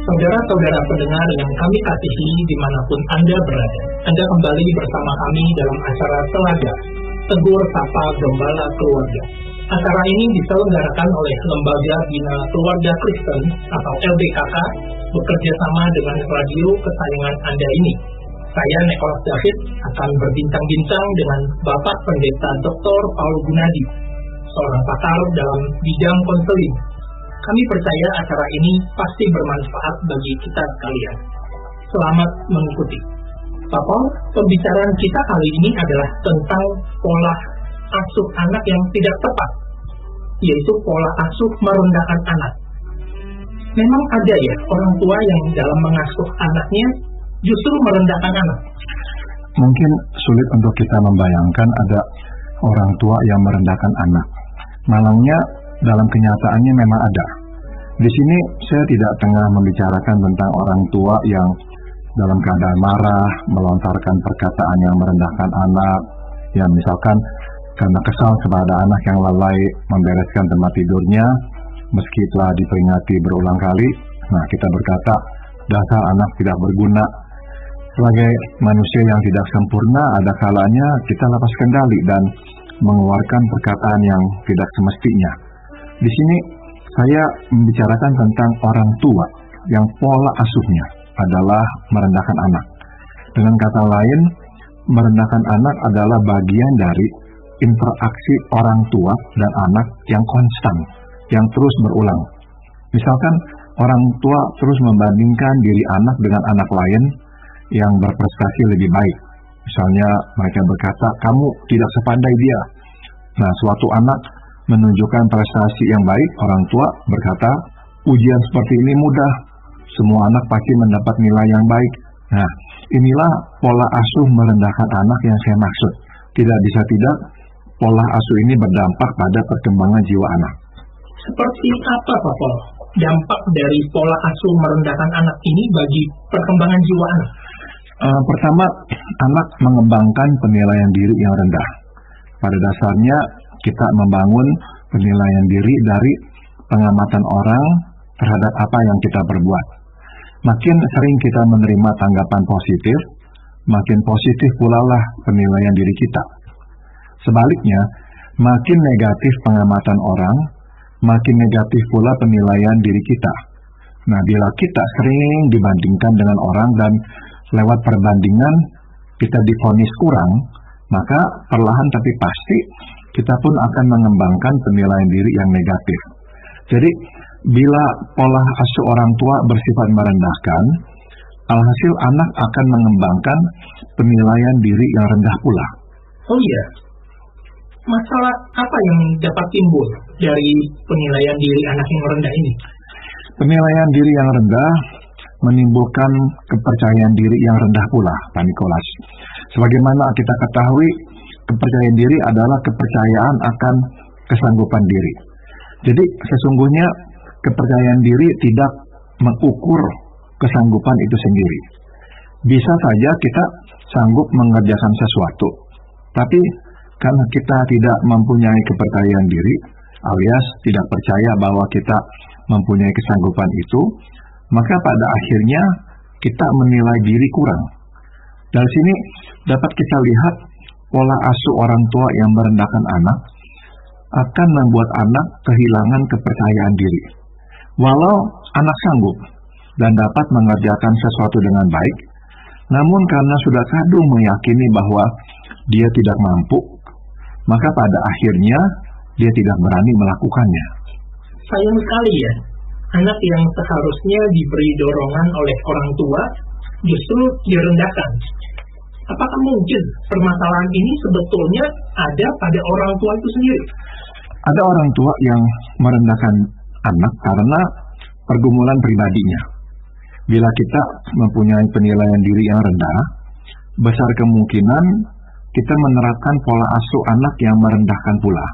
Saudara-saudara pendengar yang kami kasihi dimanapun Anda berada, Anda kembali bersama kami dalam acara Telaga, Tegur Sapa Gembala Keluarga. Acara ini diselenggarakan oleh Lembaga Bina Keluarga Kristen atau LBKK bekerja sama dengan radio kesayangan Anda ini. Saya Nicholas David akan berbincang-bincang dengan Bapak Pendeta Dr. Paul Gunadi, seorang pakar dalam bidang konseling. Kami percaya acara ini pasti bermanfaat bagi kita sekalian. Selamat mengikuti. Bapak, pembicaraan kita kali ini adalah tentang pola asuh anak yang tidak tepat, yaitu pola asuh merendahkan anak. Memang ada ya orang tua yang dalam mengasuh anaknya justru merendahkan anak. Mungkin sulit untuk kita membayangkan ada orang tua yang merendahkan anak. Malangnya dalam kenyataannya memang ada. Di sini saya tidak tengah membicarakan tentang orang tua yang dalam keadaan marah, melontarkan perkataan yang merendahkan anak, yang misalkan karena kesal kepada anak yang lalai membereskan tempat tidurnya, meski telah diperingati berulang kali, nah kita berkata, dasar anak tidak berguna. Sebagai manusia yang tidak sempurna, ada kalanya kita lepas kendali dan mengeluarkan perkataan yang tidak semestinya. Di sini saya membicarakan tentang orang tua yang pola asuhnya adalah merendahkan anak. Dengan kata lain, merendahkan anak adalah bagian dari interaksi orang tua dan anak yang konstan, yang terus berulang. Misalkan orang tua terus membandingkan diri anak dengan anak lain yang berprestasi lebih baik. Misalnya mereka berkata, kamu tidak sepandai dia. Nah, suatu anak menunjukkan prestasi yang baik, orang tua berkata, ujian seperti ini mudah, semua anak pasti mendapat nilai yang baik. Nah, inilah pola asuh merendahkan anak yang saya maksud. Tidak bisa tidak, pola asuh ini berdampak pada perkembangan jiwa anak. Seperti apa, Bapak, dampak dari pola asuh merendahkan anak ini bagi perkembangan jiwa anak? Pertama, anak mengembangkan penilaian diri yang rendah. Pada dasarnya, kita membangun penilaian diri dari pengamatan orang terhadap apa yang kita perbuat. Makin sering kita menerima tanggapan positif, makin positif pula lah penilaian diri kita. Sebaliknya, makin negatif pengamatan orang, makin negatif pula penilaian diri kita. Nah, bila kita sering dibandingkan dengan orang dan lewat perbandingan kita divonis kurang, maka perlahan tapi pasti kita pun akan mengembangkan penilaian diri yang negatif. Jadi, bila pola asuh orang tua bersifat merendahkan, alhasil anak akan mengembangkan penilaian diri yang rendah pula. Oh iya, masalah apa yang dapat timbul dari penilaian diri anak yang rendah ini? Penilaian diri yang rendah menimbulkan kepercayaan diri yang rendah pula, Pak Nicholas. Sebagaimana kita ketahui, kepercayaan diri adalah kepercayaan akan kesanggupan diri. Jadi sesungguhnya kepercayaan diri tidak mengukur kesanggupan itu sendiri. Bisa saja kita sanggup mengerjakan sesuatu, tapi karena kita tidak mempunyai kepercayaan diri, alias tidak percaya bahwa kita mempunyai kesanggupan itu, maka pada akhirnya kita menilai diri kurang. Dari sini dapat kita lihat pola asuh orang tua yang merendahkan anak akan membuat anak kehilangan kepercayaan diri. Walau anak sanggup dan dapat mengerjakan sesuatu dengan baik, namun karena sudah kadung meyakini bahwa dia tidak mampu, maka pada akhirnya dia tidak berani melakukannya. Sayang sekali ya, anak yang seharusnya diberi dorongan oleh orang tua justru direndahkan. Apakah mungkin permasalahan ini sebetulnya ada pada orang tua itu sendiri? Ada orang tua yang merendahkan anak karena pergumulan pribadinya. Bila kita mempunyai penilaian diri yang rendah, besar kemungkinan kita menerapkan pola asuh anak yang merendahkan pula.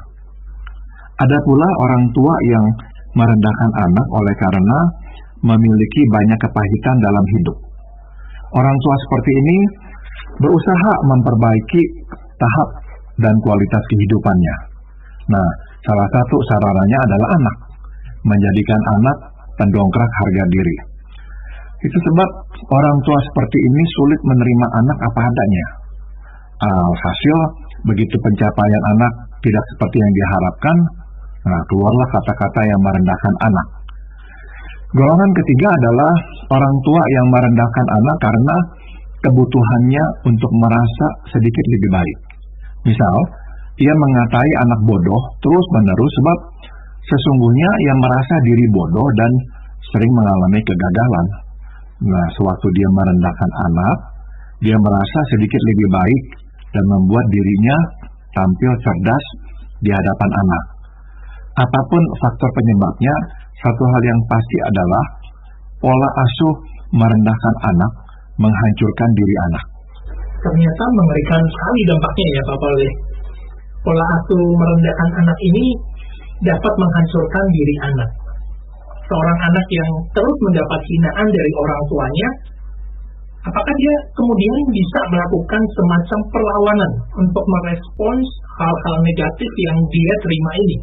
Ada pula orang tua yang merendahkan anak oleh karena memiliki banyak kepahitan dalam hidup. Orang tua seperti ini berusaha memperbaiki tahap dan kualitas kehidupannya. Nah, salah satu sarannya adalah anak, menjadikan anak pendongkrak harga diri. Itu sebab orang tua seperti ini sulit menerima anak apa adanya. Alhasil, begitu pencapaian anak tidak seperti yang diharapkan, keluarlah kata-kata yang merendahkan anak. Golongan ketiga adalah orang tua yang merendahkan anak karena kebutuhannya untuk merasa sedikit lebih baik. Misal, ia mengatai anak bodoh terus-menerus sebab sesungguhnya ia merasa diri bodoh dan sering mengalami kegagalan. Nah, sewaktu dia merendahkan anak, dia merasa sedikit lebih baik dan membuat dirinya tampil cerdas di hadapan anak. Apapun faktor penyebabnya, satu hal yang pasti adalah pola asuh merendahkan anak menghancurkan diri anak. Ternyata mengerikan sekali dampaknya ya Pak Paul. Pola asuh merendahkan anak ini dapat menghancurkan diri anak. Seorang anak yang terus mendapat hinaan dari orang tuanya, apakah dia kemudian bisa melakukan semacam perlawanan untuk merespons hal-hal negatif yang dia terima ini?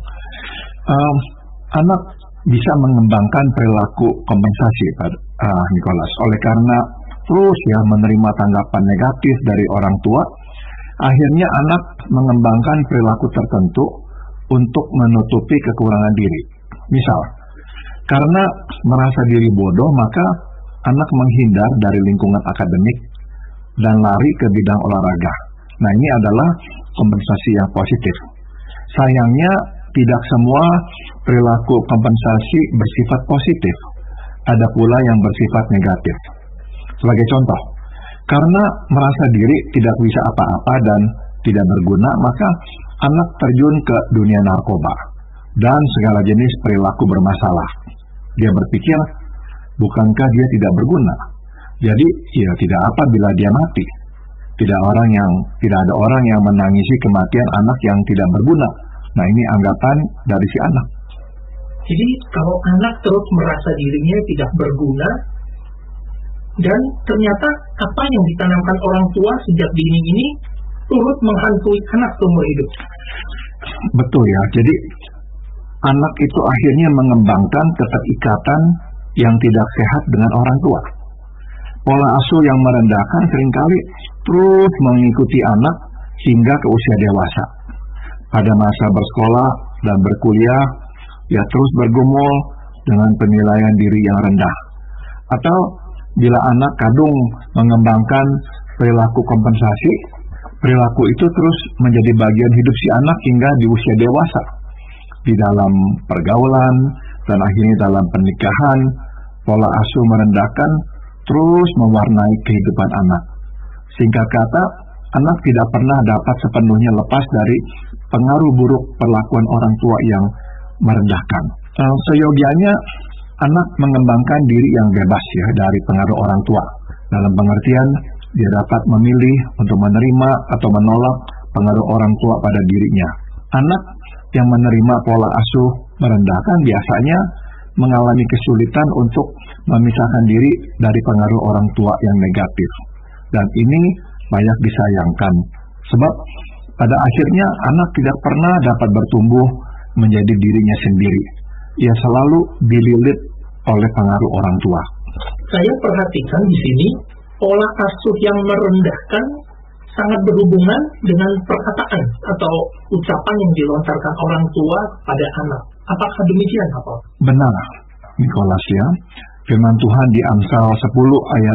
Anak bisa mengembangkan perilaku kompensasi, Nicholas. Oleh karena terus menerima tanggapan negatif dari orang tua, akhirnya anak mengembangkan perilaku tertentu untuk menutupi kekurangan diri. Misal, karena merasa diri bodoh, maka anak menghindar dari lingkungan akademik dan lari ke bidang olahraga. Nah, ini adalah kompensasi yang positif. Sayangnya, tidak semua perilaku kompensasi bersifat positif. Ada pula yang bersifat negatif. Sebagai contoh, karena merasa diri tidak bisa apa-apa dan tidak berguna, maka anak terjun ke dunia narkoba dan segala jenis perilaku bermasalah. Dia berpikir, bukankah dia tidak berguna? Jadi, ya tidak apa bila dia mati. Tidak ada orang yang menangisi kematian anak yang tidak berguna. Nah, ini anggapan dari si anak. Jadi, kalau anak terus merasa dirinya tidak berguna, dan ternyata apa yang ditanamkan orang tua sejak dini ini turut menghantui anak seumur hidup. Betul ya, jadi anak itu akhirnya mengembangkan keterikatan yang tidak sehat dengan orang tua. Pola asuh yang merendahkan seringkali terus mengikuti anak hingga ke usia dewasa. Pada masa bersekolah dan berkuliah, ia terus bergumul dengan penilaian diri yang rendah. Atau bila anak kadung mengembangkan perilaku kompensasi, perilaku itu terus menjadi bagian hidup si anak hingga di usia dewasa. Di dalam pergaulan dan akhirnya dalam pernikahan, pola asuh merendahkan terus mewarnai kehidupan anak. Singkat kata, anak tidak pernah dapat sepenuhnya lepas dari pengaruh buruk perlakuan orang tua yang merendahkan. Seyogianya, anak mengembangkan diri yang bebas dari pengaruh orang tua. Dalam pengertian, dia dapat memilih untuk menerima atau menolak pengaruh orang tua pada dirinya. Anak yang menerima pola asuh merendahkan biasanya mengalami kesulitan untuk memisahkan diri dari pengaruh orang tua yang negatif. Dan ini banyak disayangkan, sebab pada akhirnya anak tidak pernah dapat bertumbuh menjadi dirinya sendiri. Ia selalu dililit oleh pengaruh orang tua. Saya perhatikan di sini pola asuh yang merendahkan sangat berhubungan dengan perkataan atau ucapan yang dilontarkan orang tua pada anak. Apakah demikian, Pak? Benar, Nicholas ya. Firman Tuhan di Amsal 10 ayat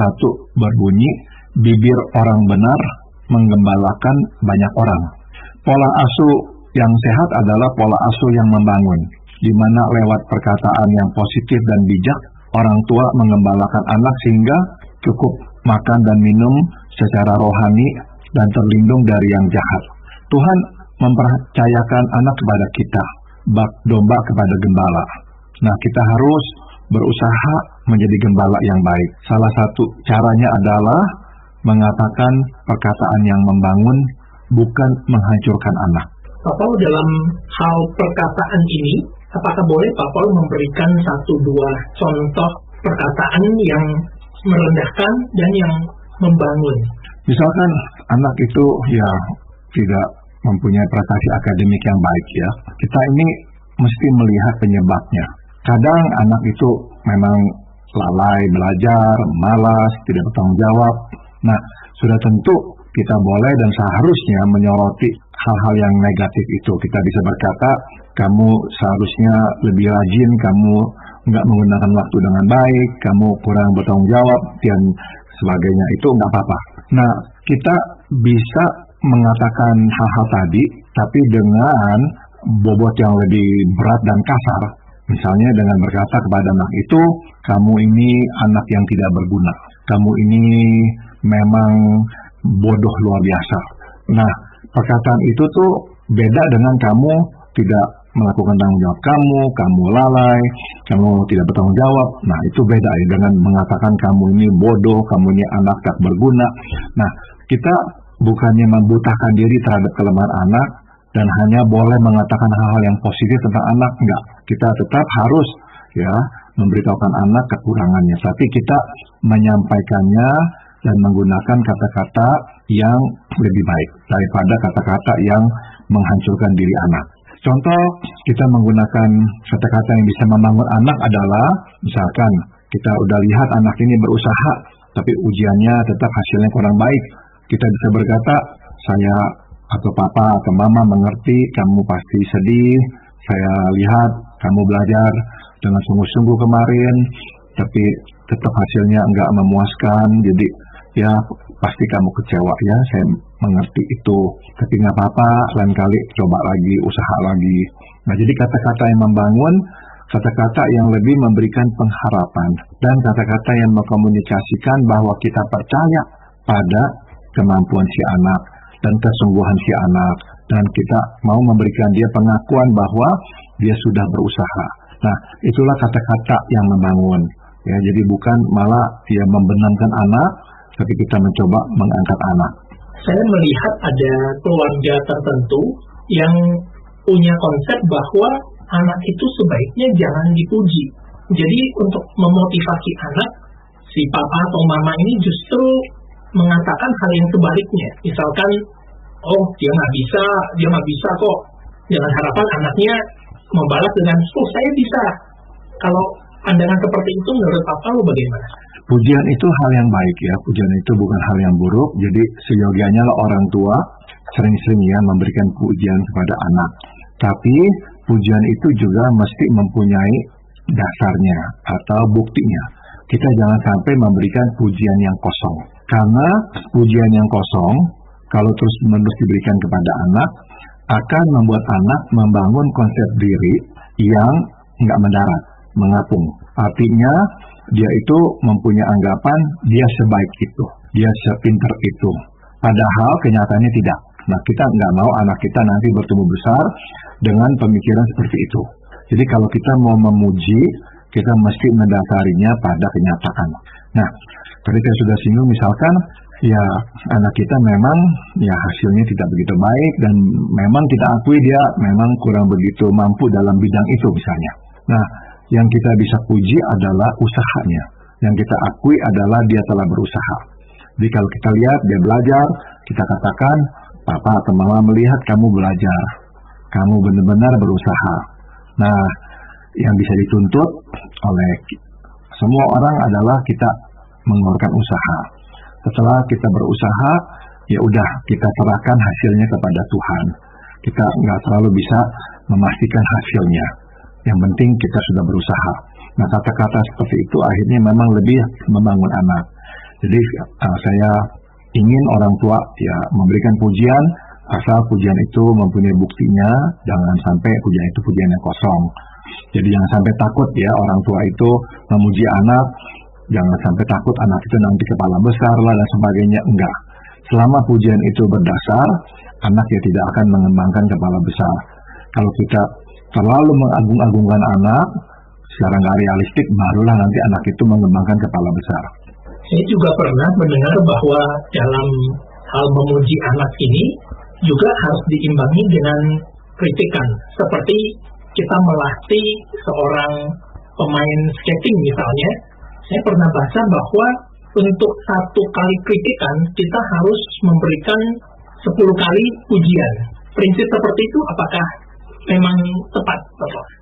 21 berbunyi, bibir orang benar menggembalakan banyak orang. Pola asuh yang sehat adalah pola asuh yang membangun, di mana lewat perkataan yang positif dan bijak, orang tua mengembalakan anak sehingga cukup makan dan minum secara rohani dan terlindung dari yang jahat. Tuhan mempercayakan anak kepada kita, bak domba kepada gembala. Nah, kita harus berusaha menjadi gembala yang baik. Salah satu caranya adalah mengatakan perkataan yang membangun, bukan menghancurkan anak. Pak Paul, dalam hal perkataan ini, apakah boleh Pak Paul memberikan 1-2 contoh perkataan yang merendahkan dan yang membangun? Misalkan anak itu tidak mempunyai prestasi akademik yang baik ya. Kita ini mesti melihat penyebabnya. Kadang anak itu memang lalai belajar, malas, tidak bertanggung jawab. Nah, sudah tentu kita boleh dan seharusnya menyoroti hal-hal yang negatif itu. Kita bisa berkata, kamu seharusnya lebih rajin, kamu nggak menggunakan waktu dengan baik, kamu kurang bertanggung jawab, dan sebagainya. Itu nggak apa-apa. Nah, kita bisa mengatakan hal-hal tadi, tapi dengan bobot yang lebih berat dan kasar. Misalnya dengan berkata kepada anak itu, kamu ini anak yang tidak berguna. Kamu ini memang bodoh luar biasa. Nah, perkataan itu tuh beda dengan kamu tidak melakukan tanggung jawab kamu lalai, kamu tidak bertanggung jawab. Nah, itu beda ya dengan mengatakan kamu ini bodoh, kamu ini anak tak berguna. Nah, kita bukannya membutahkan diri terhadap kelemahan anak dan hanya boleh mengatakan hal-hal yang positif tentang anak, enggak. Kita tetap harus ya memberitahukan anak kekurangannya, tapi kita menyampaikannya dan menggunakan kata-kata yang lebih baik daripada kata-kata yang menghancurkan diri anak. Contoh, kita menggunakan kata-kata yang bisa membangun anak adalah, misalkan kita udah lihat anak ini berusaha, tapi ujiannya tetap hasilnya kurang baik. Kita bisa berkata, saya atau papa atau mama mengerti, kamu pasti sedih, saya lihat kamu belajar dengan sungguh-sungguh kemarin, tapi tetap hasilnya enggak memuaskan, jadi ya pasti kamu kecewa ya, saya mengerti itu, tapi nggak apa-apa, lain kali coba lagi, usaha lagi. Nah, jadi kata-kata yang membangun, kata-kata yang lebih memberikan pengharapan, dan kata-kata yang mengkomunikasikan bahwa kita percaya pada kemampuan si anak dan kesungguhan si anak, dan kita mau memberikan dia pengakuan bahwa dia sudah berusaha. Nah, itulah kata-kata yang membangun ya, jadi bukan malah dia membenamkan anak, tapi kita mencoba mengangkat anak. Saya melihat ada keluarga tertentu yang punya konsep bahwa anak itu sebaiknya jangan dipuji. Jadi untuk memotivasi anak, si papa atau mama ini justru mengatakan hal yang sebaliknya. Misalkan, oh dia nggak bisa kok. Jangan harapan anaknya membalas dengan, oh saya bisa. Kalau pandangan seperti itu menurut papa lo bagaimana? Pujian itu hal yang baik ya, pujian itu bukan hal yang buruk. Jadi seyogianya lah orang tua sering-sering ya memberikan pujian kepada anak. Tapi pujian itu juga mesti mempunyai dasarnya atau buktinya. Kita jangan sampai memberikan pujian yang kosong. Karena pujian yang kosong, kalau terus-menerus diberikan kepada anak, akan membuat anak membangun konsep diri yang nggak mendarat, mengapung. Artinya, dia itu mempunyai anggapan dia sebaik itu, dia sepinter itu. Padahal kenyataannya tidak. Nah, kita nggak mau anak kita nanti bertumbuh besar dengan pemikiran seperti itu. Jadi kalau kita mau memuji, kita mesti mendasarinya pada kenyataan. Nah, tadi saya sudah singgung misalkan, ya anak kita memang ya hasilnya tidak begitu baik dan memang kita akui dia memang kurang begitu mampu dalam bidang itu misalnya. Nah, yang kita bisa puji adalah usahanya. Yang kita akui adalah dia telah berusaha. Jadi kalau kita lihat dia belajar, kita katakan, papa atau mama melihat kamu belajar. Kamu benar-benar berusaha. Nah, yang bisa dituntut oleh semua orang adalah kita mengeluarkan usaha. Setelah kita berusaha, ya udah kita serahkan hasilnya kepada Tuhan. Kita nggak selalu bisa memastikan hasilnya. Yang penting kita sudah berusaha. Nah, kata-kata seperti itu akhirnya memang lebih membangun anak. Jadi saya ingin orang tua ya memberikan pujian, asal pujian itu mempunyai buktinya, jangan sampai pujian itu pujian yang kosong. Jadi jangan sampai takut ya orang tua itu memuji anak, jangan sampai takut anak itu nanti kepala besar lah dan sebagainya, enggak. Selama pujian itu berdasar, anak ya tidak akan mengembangkan kepala besar. Kalau kita terlalu mengagung-agungkan anak, secara nggak realistik, barulah nanti anak itu mengembangkan kepala besar. Saya juga pernah mendengar bahwa dalam hal memuji anak ini juga harus diimbangi dengan kritikan. Seperti kita melatih seorang pemain skating misalnya, saya pernah baca bahwa untuk 1 kali kritikan kita harus memberikan 10 kali pujian. Prinsip seperti itu apakah memang tepat, Bapak?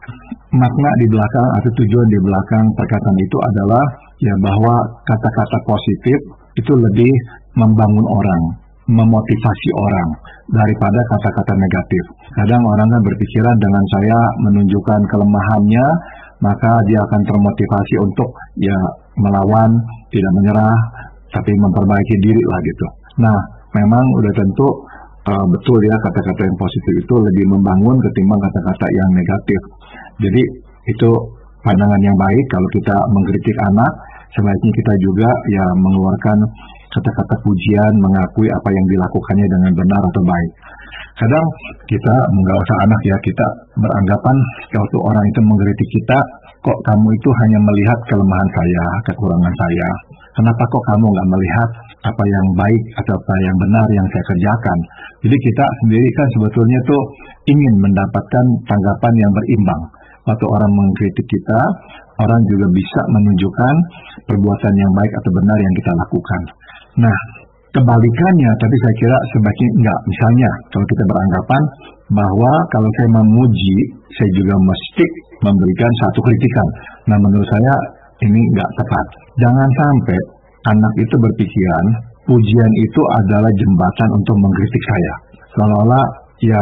makna di belakang atau tujuan di belakang perkataan itu adalah ya bahwa kata-kata positif itu lebih membangun orang, memotivasi orang daripada kata-kata negatif. Kadang orang kan berpikiran dengan saya menunjukkan kelemahannya, maka dia akan termotivasi untuk ya melawan, tidak menyerah, tapi memperbaiki diri lah gitu. Nah, memang udah tentu betul ya kata-kata yang positif itu lebih membangun ketimbang kata-kata yang negatif. Jadi itu pandangan yang baik. Kalau kita mengkritik anak, sebaiknya kita juga ya mengeluarkan kata-kata pujian, mengakui apa yang dilakukannya dengan benar atau baik. Kadang kita nggak usah anak ya, kita beranggapan waktu orang itu mengkritik kita, kok kamu itu hanya melihat kelemahan saya, kekurangan saya. Kenapa kok kamu nggak melihat apa yang baik atau apa yang benar yang saya kerjakan? Jadi kita sendiri kan sebetulnya tuh ingin mendapatkan tanggapan yang berimbang. Waktu orang mengkritik kita, orang juga bisa menunjukkan perbuatan yang baik atau benar yang kita lakukan. Nah, kebalikannya, tapi saya kira sebaiknya enggak. Misalnya, kalau kita beranggapan bahwa kalau saya memuji, saya juga mesti memberikan satu kritikan. Nah, menurut saya ini enggak tepat. Jangan sampai anak itu berpikiran pujian itu adalah jembatan untuk mengkritik saya. Seolah-olah ya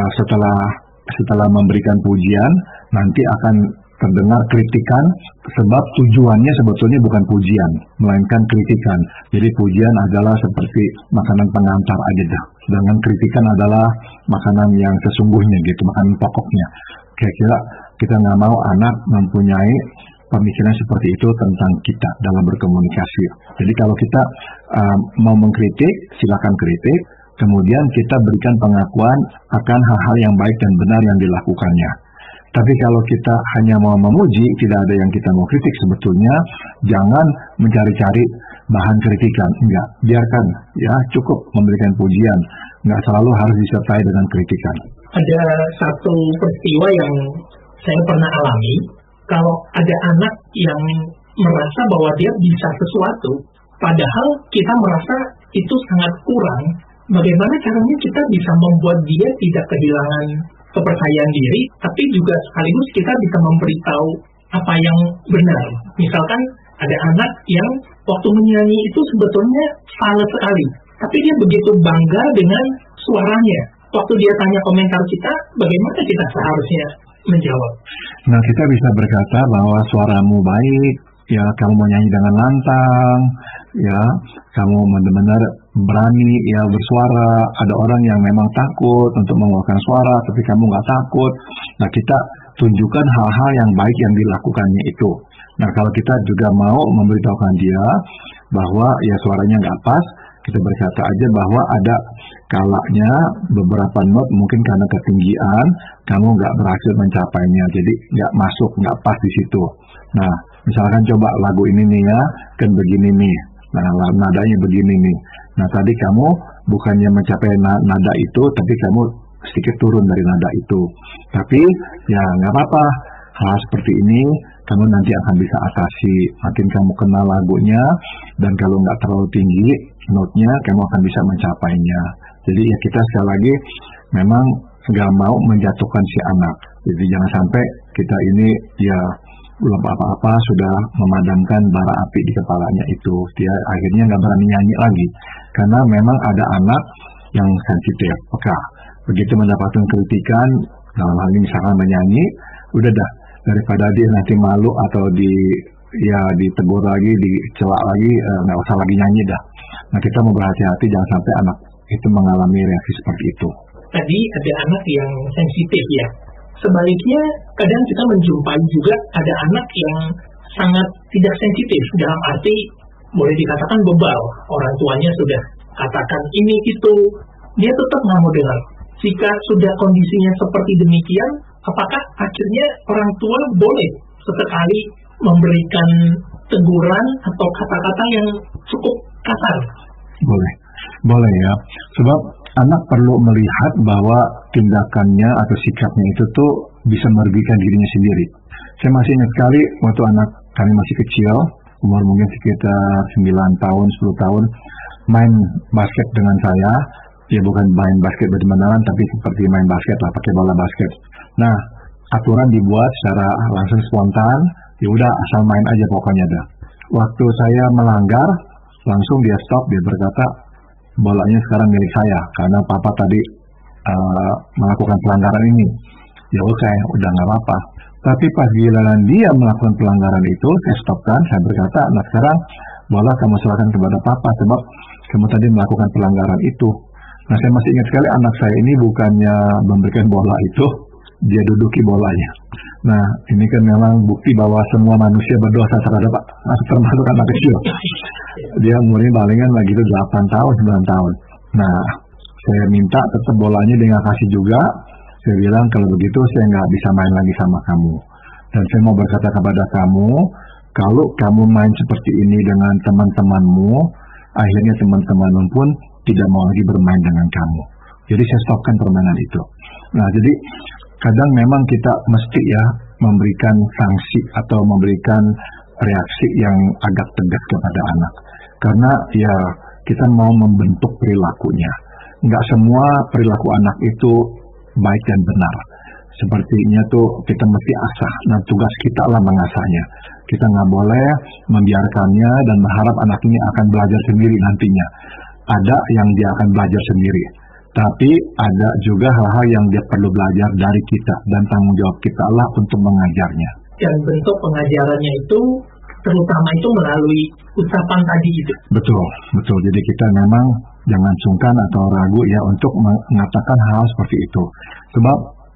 setelah memberikan pujian nanti akan terdengar kritikan, sebab tujuannya sebetulnya bukan pujian, melainkan kritikan. Jadi pujian adalah seperti makanan pengantar aja dah. Sedangkan kritikan adalah makanan yang sesungguhnya gitu, makanan pokoknya. Kira-kira kita nggak mau anak mempunyai pemikiran seperti itu tentang kita dalam berkomunikasi. Jadi kalau kita mau mengkritik, silakan kritik. Kemudian kita berikan pengakuan akan hal-hal yang baik dan benar yang dilakukannya. Tapi kalau kita hanya mau memuji, tidak ada yang kita mau kritik sebetulnya, jangan mencari-cari bahan kritikan. Enggak, biarkan ya, cukup memberikan pujian. Enggak selalu harus disertai dengan kritikan. Ada satu peristiwa yang saya pernah alami. Kalau ada anak yang merasa bahwa dia bisa sesuatu, padahal kita merasa itu sangat kurang, bagaimana caranya kita bisa membuat dia tidak kehilangan kepercayaan diri, tapi juga sekaligus kita bisa memberitahu apa yang benar. Misalkan ada anak yang waktu menyanyi itu sebetulnya salah sekali, tapi dia begitu bangga dengan suaranya. Waktu dia tanya komentar kita, bagaimana kita seharusnya menjawab? Nah, kita bisa berkata bahwa suaramu baik, ya kamu mau nyanyi dengan lantang, ya kamu benar-benar berani ya bersuara. Ada orang yang memang takut untuk mengeluarkan suara, tapi kamu nggak takut. Nah, kita tunjukkan hal-hal yang baik yang dilakukannya itu. Nah, kalau kita juga mau memberitahukan dia bahwa ya suaranya nggak pas, kita berkata aja bahwa ada kalanya beberapa not mungkin karena ketinggian kamu nggak berhasil mencapainya, jadi nggak masuk, nggak pas di situ. Nah, misalkan coba lagu ini nih ya, kan begini nih. Nah, nadanya begini nih. Nah, tadi kamu bukannya mencapai nada itu, tapi kamu sedikit turun dari nada itu. Tapi ya nggak apa-apa. Hal seperti ini kamu nanti akan bisa atasi. Makin kamu kenal lagunya, dan kalau nggak terlalu tinggi notnya, kamu akan bisa mencapainya. Jadi ya kita sekali lagi memang nggak mau menjatuhkan si anak. Jadi jangan sampai kita ini ya belum apa-apa sudah memadamkan bara api di kepalanya itu. Dia akhirnya nggak berani nyanyi lagi. Karena memang ada anak yang sensitif, peka. Begitu mendapatkan kritikan, dalam hal ini misalkan menyanyi, udah dah, daripada dia nanti malu atau ditegur lagi, dicela lagi, nggak usah lagi nyanyi dah. Nah, kita mau berhati-hati jangan sampai anak itu mengalami reaksi seperti itu. Tadi ada anak yang sensitif ya. Sebaliknya, kadang kita menjumpai juga ada anak yang sangat tidak sensitif, dalam arti boleh dikatakan bebal. Orang tuanya sudah katakan ini itu, dia tetap nggak mau dengar. Jika sudah kondisinya seperti demikian, apakah akhirnya orang tua boleh sesekali memberikan teguran atau kata-kata yang cukup kasar? Boleh ya. Sebab anak perlu melihat bahwa tindakannya atau sikapnya itu tuh bisa merugikan dirinya sendiri. Saya masih ingat sekali waktu anak kami masih kecil, umur mungkin sekitar 9 tahun, 10 tahun, main basket dengan saya. Ya bukan main basket benar-benaran, tapi seperti main basket lah, pakai bola basket. Nah, aturan dibuat secara langsung spontan, ya udah asal main aja pokoknya dah. Waktu saya melanggar, langsung dia stop, dia berkata, bolanya sekarang milik saya karena papa tadi melakukan pelanggaran ini. Ya oke, udah nggak apa-apa. Tapi pas giliran dia melakukan pelanggaran itu, saya stopkan, saya berkata, nah sekarang bola kamu serahkan kepada papa sebab kamu tadi melakukan pelanggaran itu. Nah saya masih ingat sekali anak saya ini bukannya memberikan bola itu, dia duduki bolanya. Nah ini kan memang bukti bahwa semua manusia berdosa terhadap termasuk anak kecil. Dia umurnya palingan lagi itu 8 tahun, 9 tahun. Nah saya minta tetap bolanya dia nggak kasih juga. Saya bilang kalau begitu saya nggak bisa main lagi sama kamu. Dan saya mau berkata kepada kamu, kalau kamu main seperti ini dengan teman-temanmu, akhirnya teman-temanmu pun tidak mau lagi bermain dengan kamu. Jadi saya stopkan permainan itu. Nah jadi kadang memang kita mesti ya memberikan sanksi atau memberikan reaksi yang agak tegas kepada anak. Karena ya kita mau membentuk perilakunya. Nggak semua perilaku anak itu baik dan benar. Sepertinya tuh kita mesti asah. Nah tugas kita lah mengasahnya. Kita nggak boleh membiarkannya dan berharap anak ini akan belajar sendiri nantinya. Ada yang dia akan belajar sendiri. Tapi ada juga hal-hal yang dia perlu belajar dari kita. Dan tanggung jawab kita lah untuk mengajarnya. Dan bentuk pengajarannya itu terutama itu melalui ucapan tadi itu. Betul, betul. Jadi kita memang jangan sungkan atau ragu ya untuk mengatakan hal seperti itu. Sebab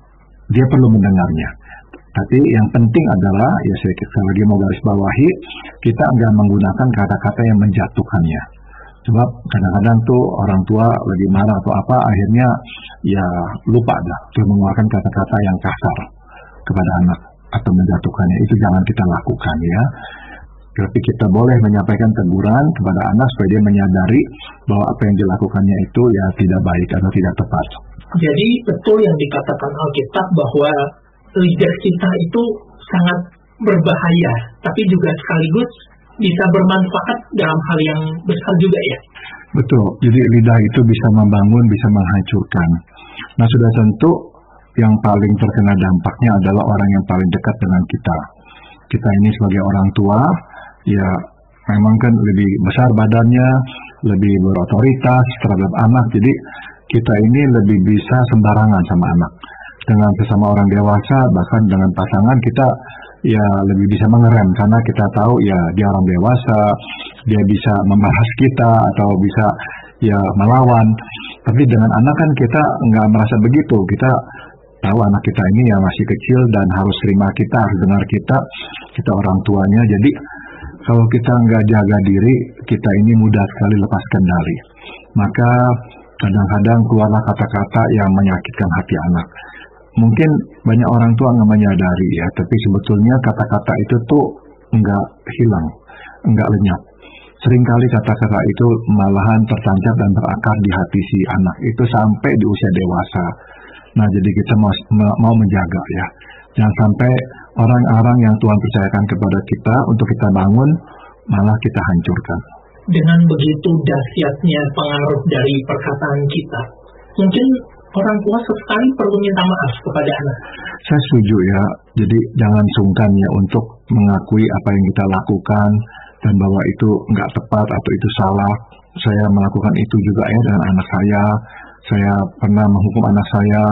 dia perlu mendengarnya. Tapi yang penting adalah, ya saya lagi mau garis bawahi, kita enggak menggunakan kata-kata yang menjatuhkannya. Sebab kadang-kadang tuh orang tua lagi marah atau apa, akhirnya ya lupa dah untuk mengeluarkan kata-kata yang kasar kepada anak atau menjatuhkannya. Itu jangan kita lakukan ya. Tapi kita boleh menyampaikan teguran kepada anak supaya dia menyadari bahwa apa yang dilakukannya itu ya tidak baik atau tidak tepat. Jadi betul yang dikatakan Alkitab bahwa lidah kita itu sangat berbahaya, tapi juga sekaligus bisa bermanfaat dalam hal yang besar juga ya. Betul, jadi lidah itu bisa membangun, bisa menghancurkan. Nah sudah tentu yang paling terkena dampaknya adalah orang yang paling dekat dengan kita. Kita ini sebagai orang tua, ya memang kan lebih besar badannya, lebih berotoritas terhadap anak, jadi kita ini lebih bisa sembarangan sama anak. Dengan sesama orang dewasa, bahkan dengan pasangan kita ya lebih bisa mengerem karena kita tahu ya dia orang dewasa, dia bisa membahas kita atau bisa ya melawan. Tapi dengan anak kan kita nggak merasa begitu. Kita tahu anak kita ini ya masih kecil dan harus terima kita, harus dengar kita orang tuanya. Jadi kalau kita nggak jaga diri, kita ini mudah sekali lepas kendali. Maka kadang-kadang keluarlah kata-kata yang menyakitkan hati anak. Mungkin banyak orang tua nggak menyadari ya, tapi sebetulnya kata-kata itu tuh nggak hilang, nggak lenyap. Seringkali kata-kata itu malahan tertancap dan berakar di hati si anak itu sampai di usia dewasa. Nah jadi kita mau menjaga ya, jangan sampai orang-orang yang Tuhan percayakan kepada kita untuk kita bangun, malah kita hancurkan. Dengan begitu dahsyatnya pengaruh dari perkataan kita, mungkin orang tua sesekali perlu minta maaf kepada anak. Saya setuju ya, jadi jangan sungkan ya untuk mengakui apa yang kita lakukan dan bahwa itu nggak tepat atau itu salah. Saya melakukan itu juga ya dengan anak saya pernah menghukum anak saya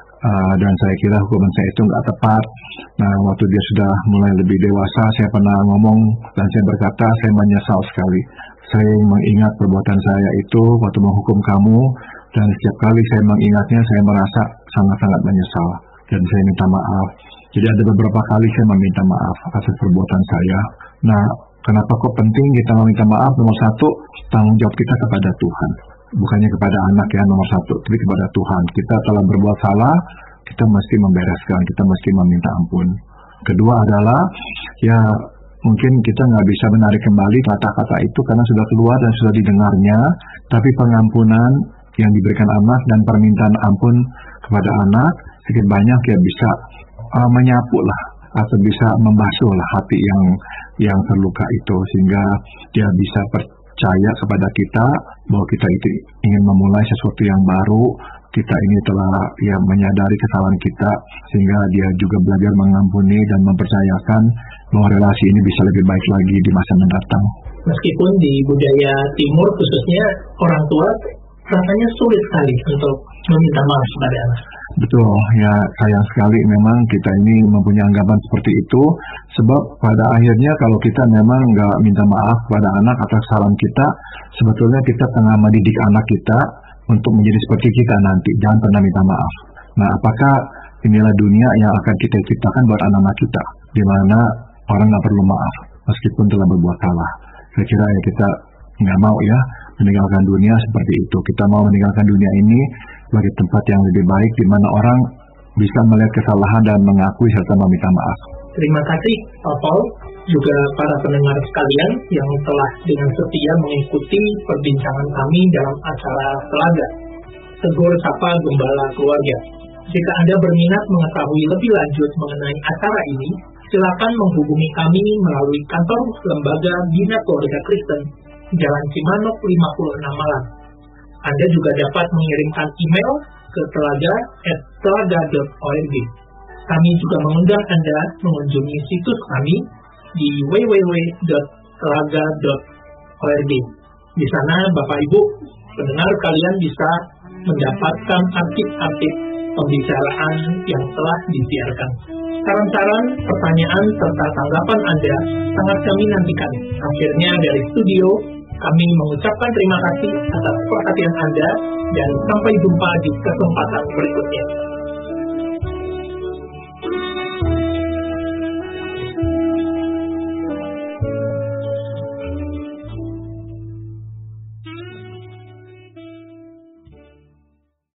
dan saya kira hukuman saya itu nggak tepat. Nah waktu dia sudah mulai lebih dewasa, saya pernah ngomong dan saya berkata saya menyesal sekali. Saya mengingat perbuatan saya itu waktu menghukum kamu. Dan setiap kali saya mengingatnya, saya merasa sangat-sangat menyesal. Dan saya minta maaf. Jadi ada beberapa kali saya meminta maaf atas perbuatan saya. Nah, kenapa kok penting kita meminta maaf? Nomor satu, tanggung jawab kita kepada Tuhan. Bukannya kepada anak ya, nomor satu, tapi kepada Tuhan. Kita telah berbuat salah, kita mesti membereskan, kita mesti meminta ampun. Kedua adalah, ya mungkin kita nggak bisa menarik kembali kata-kata itu karena sudah keluar dan sudah didengarnya. Tapi pengampunan yang diberikan anak dan permintaan ampun kepada anak sedikit banyak ya bisa menyapu lah atau bisa membasuh lah hati yang terluka itu sehingga dia bisa percaya kepada kita bahwa kita itu ingin memulai sesuatu yang baru kita ini telah menyadari kesalahan kita, sehingga dia juga belajar mengampuni dan mempercayakan bahwa relasi ini bisa lebih baik lagi di masa mendatang. Meskipun di budaya timur khususnya orang tua rasanya sulit sekali untuk meminta maaf kepada anak. Betul, ya sayang sekali memang kita ini mempunyai anggapan seperti itu, sebab pada akhirnya kalau kita memang nggak minta maaf kepada anak atas kesalahan kita, sebetulnya kita tengah mendidik anak kita untuk menjadi seperti kita nanti, jangan pernah minta maaf. Nah, apakah inilah dunia yang akan kita ciptakan buat anak-anak kita, di mana orang nggak perlu maaf meskipun telah berbuat salah? Saya kira ya kita nggak mau ya meninggalkan dunia seperti itu. Kita mau meninggalkan dunia ini sebagai tempat yang lebih baik, di mana orang bisa melihat kesalahan dan mengakui serta meminta maaf. Terima kasih Pak Paul, juga para pendengar sekalian yang telah dengan setia mengikuti perbincangan kami dalam acara Telaga Tegur Sapa Gembala Keluarga. Jika Anda berminat mengetahui lebih lanjut mengenai acara ini, silakan menghubungi kami melalui kantor Lembaga Bina Keluarga Kristen, Jalan Cimanuk 56 Malang. Anda juga dapat mengirimkan email ke telaga@telaga.org. Kami juga mengundang Anda mengunjungi situs kami di www.telaga.org. Di sana Bapak Ibu pendengar kalian bisa mendapatkan arsip-arsip pembicaraan yang telah disiarkan. Saran-saran, pertanyaan, serta tanggapan Anda sangat kami nantikan. Akhirnya dari studio, kami mengucapkan terima kasih atas perhatian Anda dan sampai jumpa di kesempatan berikutnya.